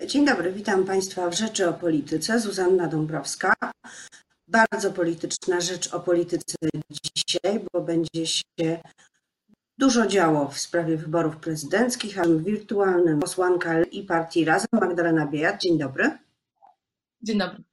Dzień dobry, witam Państwa w Rzeczy o Polityce. Zuzanna Dąbrowska. Bardzo polityczna rzecz o polityce dzisiaj, bo będzie się dużo działo w sprawie wyborów prezydenckich, a w wirtualnym posłanka i partii Razem Magdalena Biejat. Dzień dobry. Dzień dobry.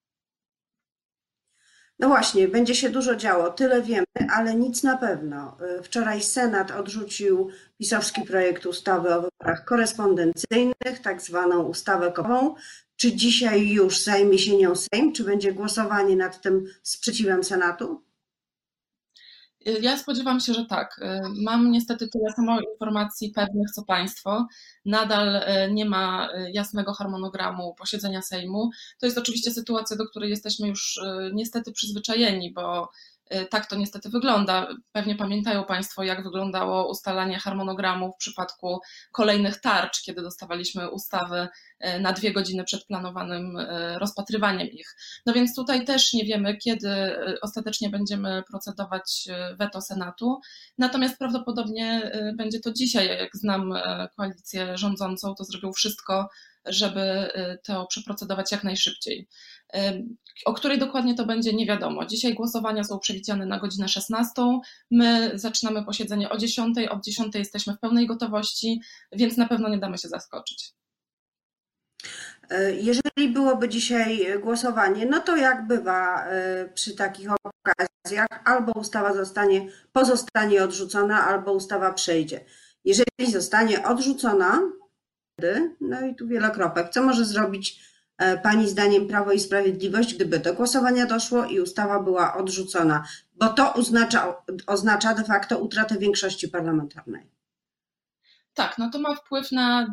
No właśnie, będzie się dużo działo, tyle wiemy, ale nic na pewno. Wczoraj Senat odrzucił pisowski projekt ustawy o wyborach korespondencyjnych, tak zwaną ustawę kopową. Czy dzisiaj już zajmie się nią Sejm? Czy będzie głosowanie nad tym sprzeciwem Senatu? Ja spodziewam się, że tak. Mam niestety tyle samo informacji pewnych co Państwo. Nadal nie ma jasnego harmonogramu posiedzenia Sejmu. To jest oczywiście sytuacja, do której jesteśmy już niestety przyzwyczajeni, bo tak to niestety wygląda. Pewnie pamiętają Państwo, jak wyglądało ustalanie harmonogramu w przypadku kolejnych tarcz, kiedy dostawaliśmy ustawy na 2 godziny przed planowanym rozpatrywaniem ich. No więc tutaj też nie wiemy, kiedy ostatecznie będziemy procedować weto Senatu, natomiast prawdopodobnie będzie to dzisiaj. Jak znam koalicję rządzącą, to zrobią wszystko, żeby to przeprocedować jak najszybciej. O której dokładnie to będzie, nie wiadomo. Dzisiaj głosowania są przewidziane na godzinę 16. My zaczynamy posiedzenie o 10. Od 10 jesteśmy w pełnej gotowości, więc na pewno nie damy się zaskoczyć. Jeżeli byłoby dzisiaj głosowanie, no to jak bywa przy takich okazjach, albo ustawa pozostanie odrzucona, albo ustawa przejdzie. Jeżeli zostanie odrzucona, no i tu wiele kropek, co może zrobić Pani zdaniem Prawo i Sprawiedliwość, gdyby do głosowania doszło i ustawa była odrzucona? Bo to oznacza de facto utratę większości parlamentarnej. Tak, no to ma wpływ na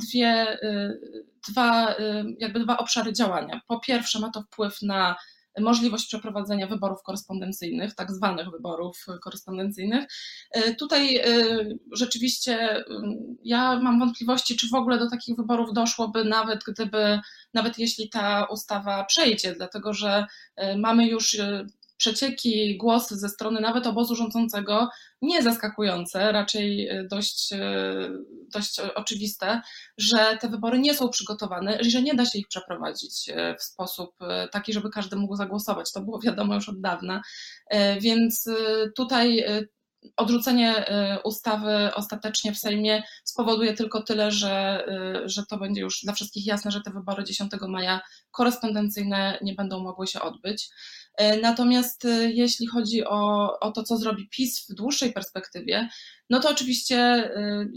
dwa obszary działania. Po pierwsze, ma to wpływ na możliwość przeprowadzenia wyborów korespondencyjnych, tak zwanych wyborów korespondencyjnych. Tutaj rzeczywiście ja mam wątpliwości, czy w ogóle do takich wyborów doszłoby, nawet jeśli ta ustawa przejdzie, dlatego że mamy już przecieki, głosy ze strony nawet obozu rządzącego nie zaskakujące, raczej dość oczywiste, że te wybory nie są przygotowane i że nie da się ich przeprowadzić w sposób taki, żeby każdy mógł zagłosować. To było wiadomo już od dawna, więc tutaj odrzucenie ustawy ostatecznie w Sejmie spowoduje tylko tyle, że to będzie już dla wszystkich jasne, że te wybory 10 maja korespondencyjne nie będą mogły się odbyć. Natomiast jeśli chodzi o to, co zrobi PiS w dłuższej perspektywie, no to oczywiście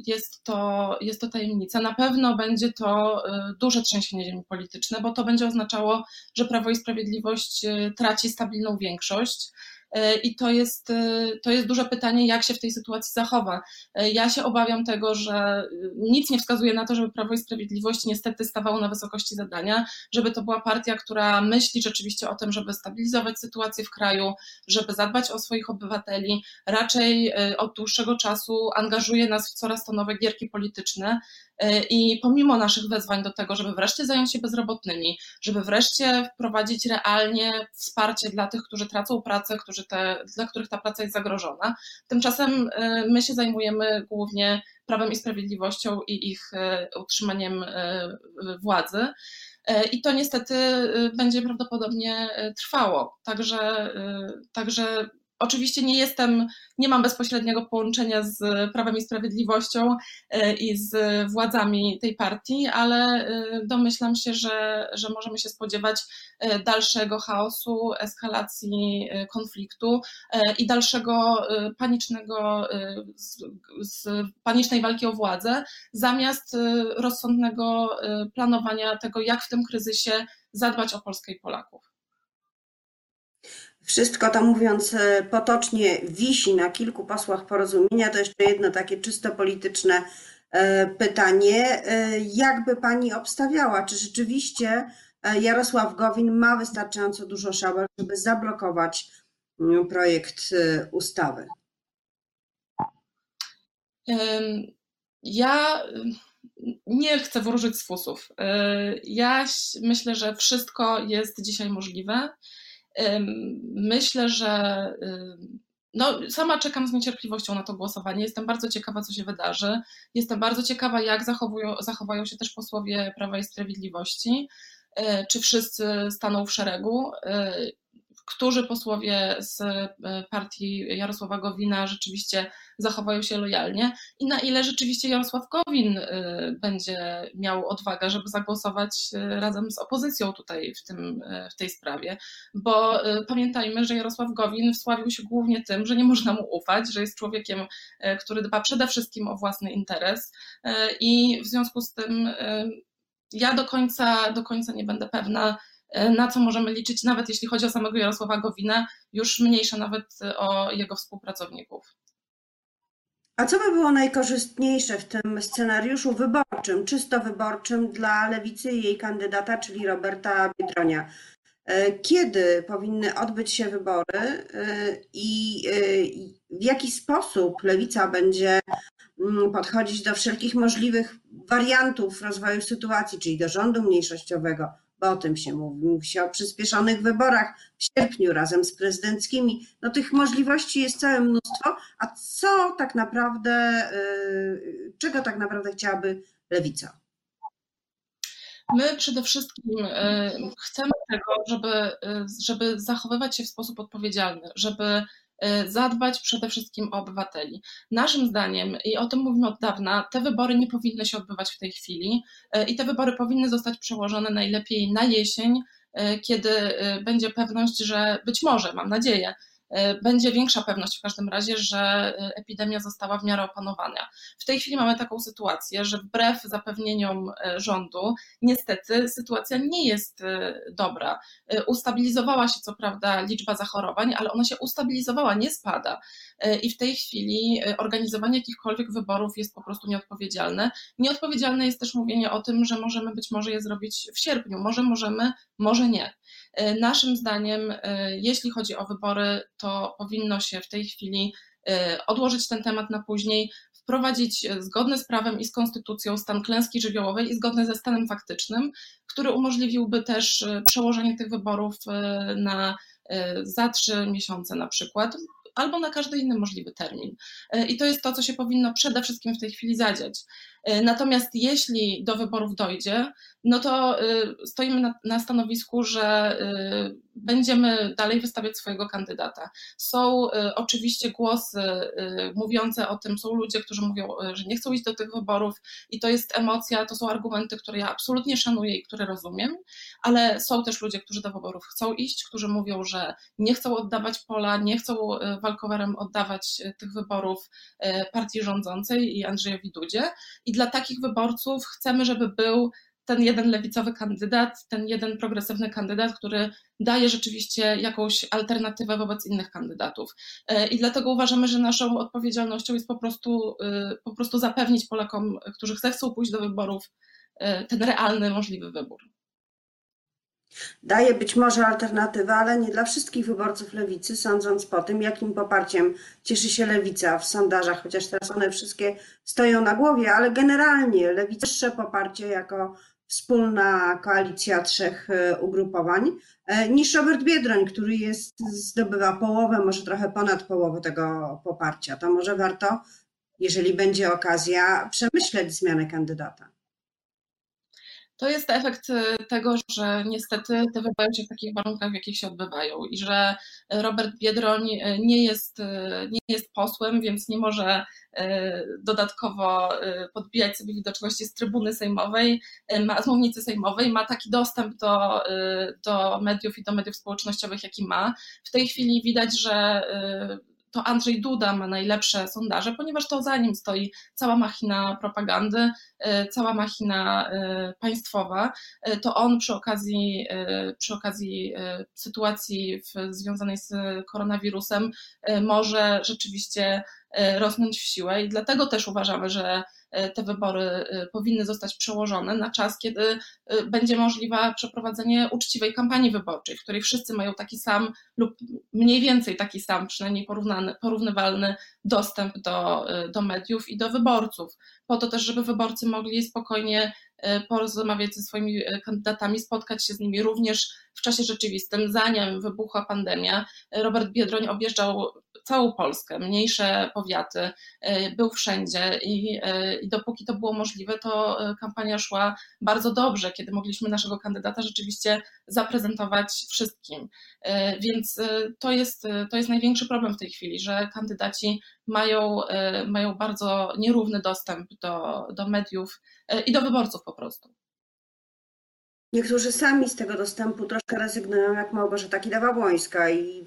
jest to tajemnica. Na pewno będzie to duże trzęsienie ziemi polityczne, bo to będzie oznaczało, że Prawo i Sprawiedliwość traci stabilną większość. I to jest duże pytanie, jak się w tej sytuacji zachowa. Ja się obawiam tego, że nic nie wskazuje na to, żeby Prawo i Sprawiedliwość niestety stawało na wysokości zadania, żeby to była partia, która myśli rzeczywiście o tym, żeby stabilizować sytuację w kraju, żeby zadbać o swoich obywateli. Raczej od dłuższego czasu angażuje nas w coraz to nowe gierki polityczne. I pomimo naszych wezwań do tego, żeby wreszcie zająć się bezrobotnymi, żeby wreszcie wprowadzić realnie wsparcie dla tych, którzy tracą pracę, dla których ta praca jest zagrożona, tymczasem my się zajmujemy głównie Prawem i Sprawiedliwością i ich utrzymaniem władzy. I to niestety będzie prawdopodobnie trwało. Także oczywiście nie mam bezpośredniego połączenia z Prawem i Sprawiedliwością i z władzami tej partii, ale domyślam się, że możemy się spodziewać dalszego chaosu, eskalacji konfliktu i dalszego panicznej walki o władzę, zamiast rozsądnego planowania tego, jak w tym kryzysie zadbać o Polskę i Polaków. Wszystko to, mówiąc potocznie, wisi na kilku posłach Porozumienia. To jeszcze jedno takie czysto polityczne pytanie. Jak by Pani obstawiała, czy rzeczywiście Jarosław Gowin ma wystarczająco dużo szabel, żeby zablokować projekt ustawy? Ja nie chcę wróżyć z fusów. Ja myślę, że wszystko jest dzisiaj możliwe. Myślę, że No, sama czekam z niecierpliwością na to głosowanie. Jestem bardzo ciekawa, co się wydarzy. Jestem bardzo ciekawa, jak zachowają się też posłowie Prawa i Sprawiedliwości. Czy wszyscy staną w szeregu? Którzy posłowie z partii Jarosława Gowina rzeczywiście zachowają się lojalnie i na ile rzeczywiście Jarosław Gowin będzie miał odwagę, żeby zagłosować razem z opozycją tutaj w tej sprawie, bo pamiętajmy, że Jarosław Gowin wsławił się głównie tym, że nie można mu ufać, że jest człowiekiem, który dba przede wszystkim o własny interes i w związku z tym ja do końca nie będę pewna, na co możemy liczyć, nawet jeśli chodzi o samego Jarosława Gowina, już mniejsza nawet o jego współpracowników. A co by było najkorzystniejsze w tym scenariuszu wyborczym, czysto wyborczym dla Lewicy i jej kandydata, czyli Roberta Biedronia? Kiedy powinny odbyć się wybory i w jaki sposób Lewica będzie podchodzić do wszelkich możliwych wariantów rozwoju sytuacji, czyli do rządu mniejszościowego, bo o tym się mówi. Mówi się o przyspieszonych wyborach w sierpniu razem z prezydenckimi. No tych możliwości jest całe mnóstwo, a co tak naprawdę, czego tak naprawdę chciałaby Lewica? My przede wszystkim chcemy tego, żeby zachowywać się w sposób odpowiedzialny, żeby zadbać przede wszystkim o obywateli. Naszym zdaniem, i o tym mówimy od dawna, te wybory nie powinny się odbywać w tej chwili i te wybory powinny zostać przełożone najlepiej na jesień, kiedy będzie pewność, że być może, mam nadzieję, będzie większa pewność w każdym razie, że epidemia została w miarę opanowana. W tej chwili mamy taką sytuację, że wbrew zapewnieniom rządu, niestety sytuacja nie jest dobra. Ustabilizowała się co prawda liczba zachorowań, ale ona się ustabilizowała, nie spada. I w tej chwili organizowanie jakichkolwiek wyborów jest po prostu nieodpowiedzialne. Nieodpowiedzialne jest też mówienie o tym, że możemy być może je zrobić w sierpniu. Może możemy, może nie. Naszym zdaniem, jeśli chodzi o wybory, to powinno się w tej chwili odłożyć ten temat na później, wprowadzić zgodny z prawem i z konstytucją stan klęski żywiołowej i zgodny ze stanem faktycznym, który umożliwiłby też przełożenie tych wyborów za 3 miesiące na przykład, albo na każdy inny możliwy termin. I to jest to, co się powinno przede wszystkim w tej chwili zadziać. Natomiast jeśli do wyborów dojdzie, no to stoimy na stanowisku, że będziemy dalej wystawiać swojego kandydata. Są oczywiście głosy mówiące o tym, są ludzie, którzy mówią, że nie chcą iść do tych wyborów i to jest emocja, to są argumenty, które ja absolutnie szanuję i które rozumiem, ale są też ludzie, którzy do wyborów chcą iść, którzy mówią, że nie chcą oddawać pola, nie chcą walkowerem oddawać tych wyborów partii rządzącej i Andrzejowi Dudzie i dla takich wyborców chcemy, żeby był ten jeden lewicowy kandydat, ten jeden progresywny kandydat, który daje rzeczywiście jakąś alternatywę wobec innych kandydatów. I dlatego uważamy, że naszą odpowiedzialnością jest po prostu zapewnić Polakom, którzy chcą pójść do wyborów, ten realny, możliwy wybór. Daje być może alternatywę, ale nie dla wszystkich wyborców Lewicy, sądząc po tym, jakim poparciem cieszy się Lewica w sondażach, chociaż teraz one wszystkie stoją na głowie, ale generalnie Lewica wyższe poparcie jako wspólna koalicja 3 ugrupowań niż Robert Biedroń, który zdobywa połowę, może trochę ponad połowę tego poparcia. To może warto, jeżeli będzie okazja, przemyśleć zmianę kandydata. To jest efekt tego, że niestety te wybory się w takich warunkach, w jakich się odbywają i że Robert Biedroń nie jest posłem, więc nie może dodatkowo podbijać sobie widoczności z trybuny sejmowej, z mównicy sejmowej, ma taki dostęp do mediów i do mediów społecznościowych, jaki ma. W tej chwili widać, że to Andrzej Duda ma najlepsze sondaże, ponieważ to za nim stoi cała machina propagandy, cała machina państwowa. To on przy okazji sytuacji związanej z koronawirusem może rzeczywiście rosnąć w siłę i dlatego też uważamy, że te wybory powinny zostać przełożone na czas, kiedy będzie możliwe przeprowadzenie uczciwej kampanii wyborczej, w której wszyscy mają taki sam lub mniej więcej taki sam, przynajmniej porównywalny dostęp do mediów i do wyborców. Po to też, żeby wyborcy mogli spokojnie porozmawiać ze swoimi kandydatami, spotkać się z nimi również w czasie rzeczywistym, zanim wybuchła pandemia. Robert Biedroń objeżdżał całą Polskę, mniejsze powiaty, był wszędzie i dopóki to było możliwe, to kampania szła bardzo dobrze, kiedy mogliśmy naszego kandydata rzeczywiście zaprezentować wszystkim. Więc to jest największy problem w tej chwili, że kandydaci mają bardzo nierówny dostęp do mediów i do wyborców po prostu. Niektórzy sami z tego dostępu troszkę rezygnują, jak Małgorzata Kidawa-Błońska i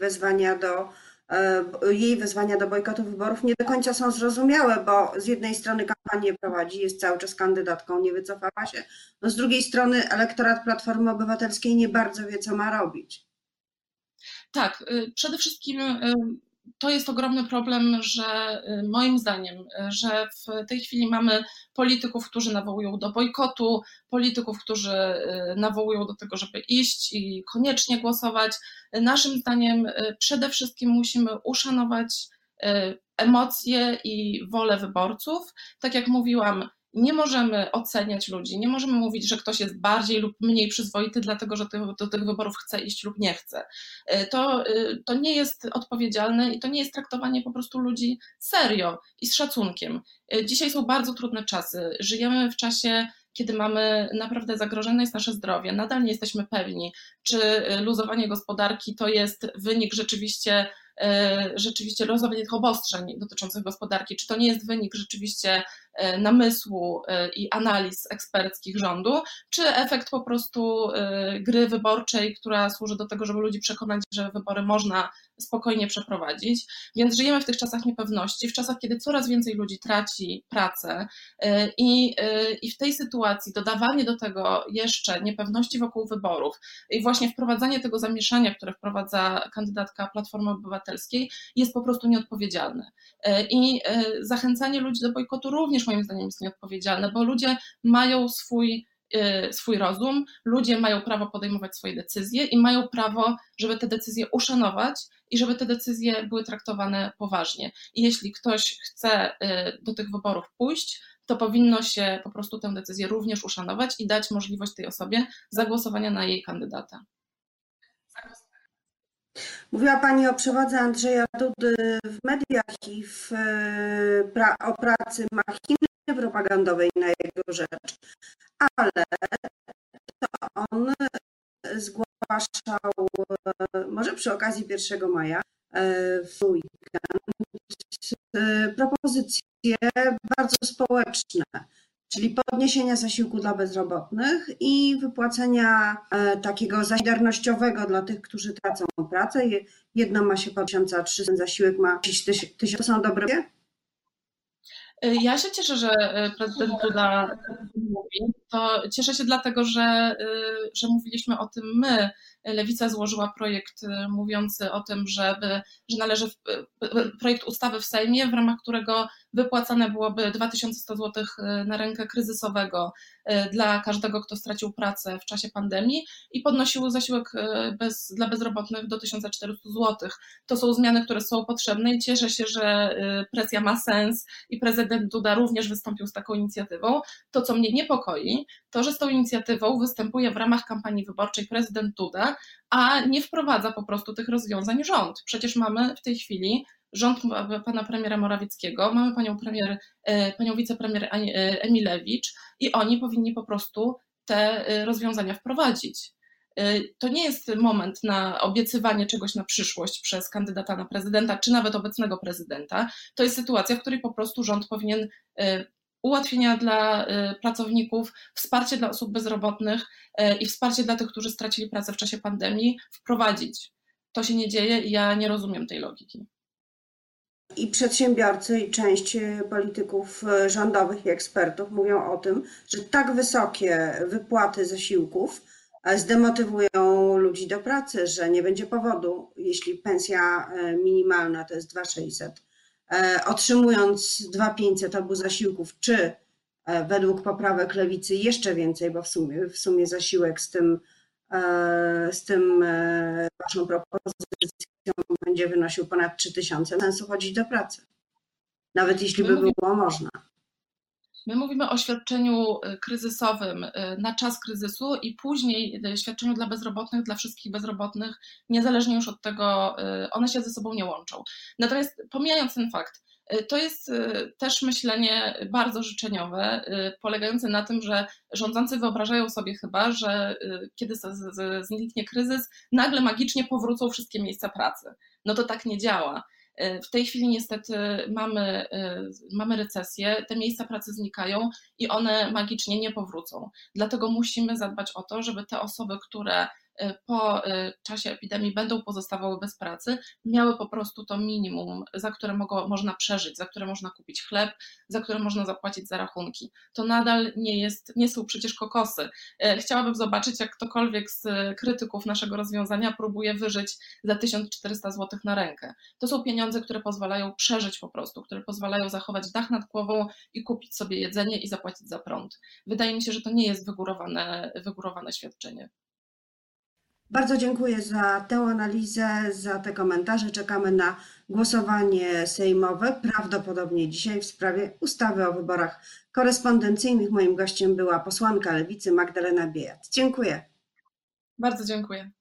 jej wezwania do bojkotu wyborów nie do końca są zrozumiałe, bo z jednej strony kampanię prowadzi, jest cały czas kandydatką, nie wycofała się, no z drugiej strony elektorat Platformy Obywatelskiej nie bardzo wie, co ma robić. Tak, przede wszystkim to jest ogromny problem, że moim zdaniem, że w tej chwili mamy polityków, którzy nawołują do bojkotu, polityków, którzy nawołują do tego, żeby iść i koniecznie głosować. Naszym zdaniem przede wszystkim musimy uszanować emocje i wolę wyborców. Tak jak mówiłam, nie możemy oceniać ludzi, nie możemy mówić, że ktoś jest bardziej lub mniej przyzwoity, dlatego że do tych wyborów chce iść lub nie chce. To nie jest odpowiedzialne i to nie jest traktowanie po prostu ludzi serio i z szacunkiem. Dzisiaj są bardzo trudne czasy. Żyjemy w czasie, kiedy mamy naprawdę zagrożone jest nasze zdrowie. Nadal nie jesteśmy pewni, czy luzowanie gospodarki to jest wynik rzeczywiście luzowanie tych obostrzeń dotyczących gospodarki, czy to nie jest wynik rzeczywiście namysłu i analiz eksperckich rządu, czy efekt po prostu gry wyborczej, która służy do tego, żeby ludzi przekonać, że wybory można spokojnie przeprowadzić. Więc żyjemy w tych czasach niepewności, w czasach, kiedy coraz więcej ludzi traci pracę i w tej sytuacji dodawanie do tego jeszcze niepewności wokół wyborów i właśnie wprowadzanie tego zamieszania, które wprowadza kandydatka Platformy Obywatelskiej, jest po prostu nieodpowiedzialne. I zachęcanie ludzi do bojkotu również moim zdaniem jest nieodpowiedzialne, bo ludzie mają swój rozum, ludzie mają prawo podejmować swoje decyzje i mają prawo, żeby te decyzje uszanować i żeby te decyzje były traktowane poważnie. I jeśli ktoś chce do tych wyborów pójść, to powinno się po prostu tę decyzję również uszanować i dać możliwość tej osobie zagłosowania na jej kandydata. Mówiła Pani o przewodze Andrzeja Dudy w mediach i o pracy machiny propagandowej na jego rzecz, ale on zgłaszał, może przy okazji 1 maja w weekend, propozycje bardzo społeczne, czyli podniesienia zasiłku dla bezrobotnych i wypłacenia takiego solidarnościowego dla tych, którzy tracą pracę. Jedno ma się po 1300, zasiłek ma 1000. To są dobre? Ja się cieszę, że prezydent Duda mówi. To cieszę się dlatego, że mówiliśmy o tym my. Lewica złożyła projekt mówiący o tym, że należy projekt ustawy w Sejmie, w ramach którego wypłacane byłoby 2100 zł na rękę kryzysowego dla każdego, kto stracił pracę w czasie pandemii i podnosiły zasiłek dla bezrobotnych do 1400 zł. To są zmiany, które są potrzebne i cieszę się, że presja ma sens i prezydent Duda również wystąpił z taką inicjatywą. To, co mnie niepokoi, to, że z tą inicjatywą występuje w ramach kampanii wyborczej prezydent Duda, a nie wprowadza po prostu tych rozwiązań rząd. Przecież mamy w tej chwili rząd pana premiera Morawieckiego, mamy panią wicepremier Emilewicz i oni powinni po prostu te rozwiązania wprowadzić. To nie jest moment na obiecywanie czegoś na przyszłość przez kandydata na prezydenta, czy nawet obecnego prezydenta. To jest sytuacja, w której po prostu rząd powinien ułatwienia dla pracowników, wsparcie dla osób bezrobotnych i wsparcie dla tych, którzy stracili pracę w czasie pandemii, wprowadzić. To się nie dzieje i ja nie rozumiem tej logiki. I przedsiębiorcy, i część polityków rządowych i ekspertów mówią o tym, że tak wysokie wypłaty zasiłków zdemotywują ludzi do pracy, że nie będzie powodu, jeśli pensja minimalna to jest 2600, otrzymując 2500 obu zasiłków, czy według poprawek Lewicy jeszcze więcej, bo w sumie zasiłek z tym waszą propozycją będzie wynosił ponad 3000, sensu chodzić do pracy, nawet jeśli by było można. My mówimy o świadczeniu kryzysowym na czas kryzysu i później świadczeniu dla bezrobotnych, dla wszystkich bezrobotnych, niezależnie już od tego, one się ze sobą nie łączą. Natomiast pomijając ten fakt, to jest też myślenie bardzo życzeniowe, polegające na tym, że rządzący wyobrażają sobie chyba, że kiedy zniknie kryzys, nagle magicznie powrócą wszystkie miejsca pracy. No to tak nie działa. W tej chwili niestety mamy recesję, te miejsca pracy znikają i one magicznie nie powrócą. Dlatego musimy zadbać o to, żeby te osoby, które po czasie epidemii będą pozostawały bez pracy, miały po prostu to minimum, za które można przeżyć, za które można kupić chleb, za które można zapłacić za rachunki. To nadal nie są przecież kokosy. Chciałabym zobaczyć, jak ktokolwiek z krytyków naszego rozwiązania próbuje wyżyć za 1400 zł na rękę. To są pieniądze, które pozwalają przeżyć po prostu, które pozwalają zachować dach nad głową i kupić sobie jedzenie i zapłacić za prąd. Wydaje mi się, że to nie jest wygórowane świadczenie. Bardzo dziękuję za tę analizę, za te komentarze. Czekamy na głosowanie sejmowe, prawdopodobnie dzisiaj w sprawie ustawy o wyborach korespondencyjnych. Moim gościem była posłanka Lewicy Magdalena Biejat. Dziękuję. Bardzo dziękuję.